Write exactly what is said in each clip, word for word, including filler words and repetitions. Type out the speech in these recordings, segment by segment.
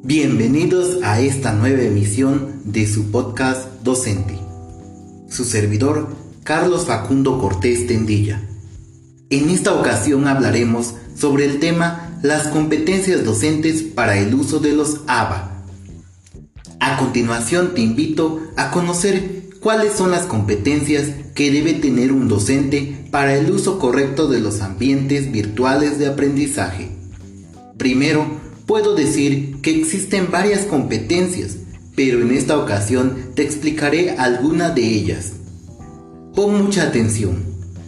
Bienvenidos a esta nueva emisión de su podcast docente. Su servidor, Carlos Facundo Cortés Tendilla. En esta ocasión hablaremos sobre el tema las competencias docentes para el uso de los A B A. A continuación te invito a conocer cuáles son las competencias que debe tener un docente para el uso correcto de los ambientes virtuales de aprendizaje. Primero, puedo decir que existen varias competencias, pero en esta ocasión te explicaré algunas de ellas. Pon mucha atención.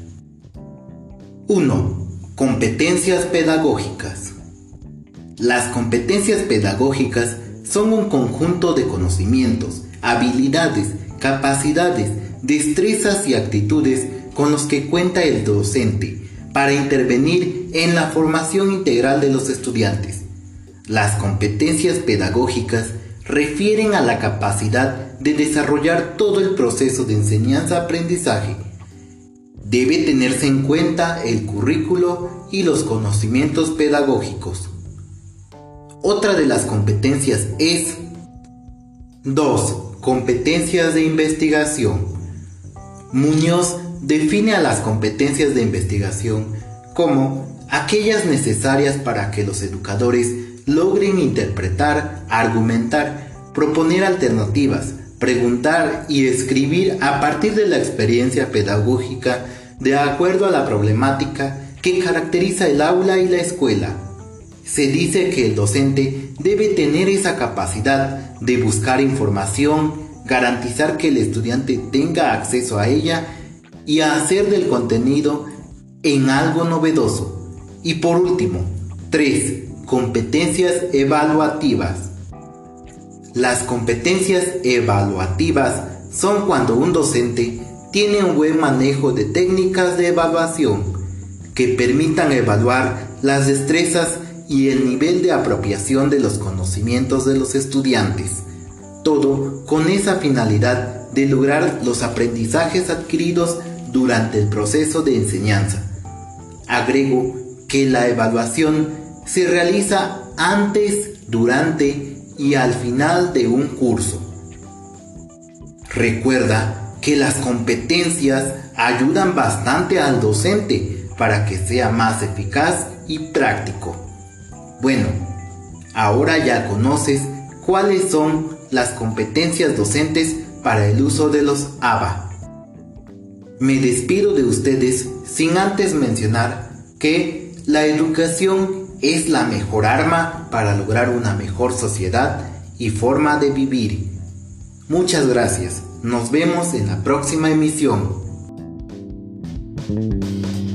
uno. Competencias pedagógicas. Las competencias pedagógicas son un conjunto de conocimientos, habilidades, capacidades, destrezas y actitudes con los que cuenta el docente para intervenir en la formación integral de los estudiantes. Las competencias pedagógicas refieren a la capacidad de desarrollar todo el proceso de enseñanza-aprendizaje. Debe tenerse en cuenta el currículo y los conocimientos pedagógicos. Otra de las competencias es dos. Competencias de investigación. Muñoz define a las competencias de investigación como aquellas necesarias para que los educadores logren interpretar, argumentar, proponer alternativas, preguntar y escribir a partir de la experiencia pedagógica de acuerdo a la problemática que caracteriza el aula y la escuela. Se dice que el docente debe tener esa capacidad de buscar información, garantizar que el estudiante tenga acceso a ella y a hacer del contenido en algo novedoso. Y por último, tres. Competencias evaluativas. Las competencias evaluativas son cuando un docente tiene un buen manejo de técnicas de evaluación que permitan evaluar las destrezas y el nivel de apropiación de los conocimientos de los estudiantes, todo con esa finalidad de lograr los aprendizajes adquiridos durante el proceso de enseñanza. Agrego que la evaluación se realiza antes, durante y al final de un curso. Recuerda que las competencias ayudan bastante al docente para que sea más eficaz y práctico. Bueno, ahora ya conoces cuáles son las competencias docentes para el uso de los A B A. Me despido de ustedes sin antes mencionar que la educación es la mejor arma para lograr una mejor sociedad y forma de vivir. Muchas gracias. Nos vemos en la próxima emisión.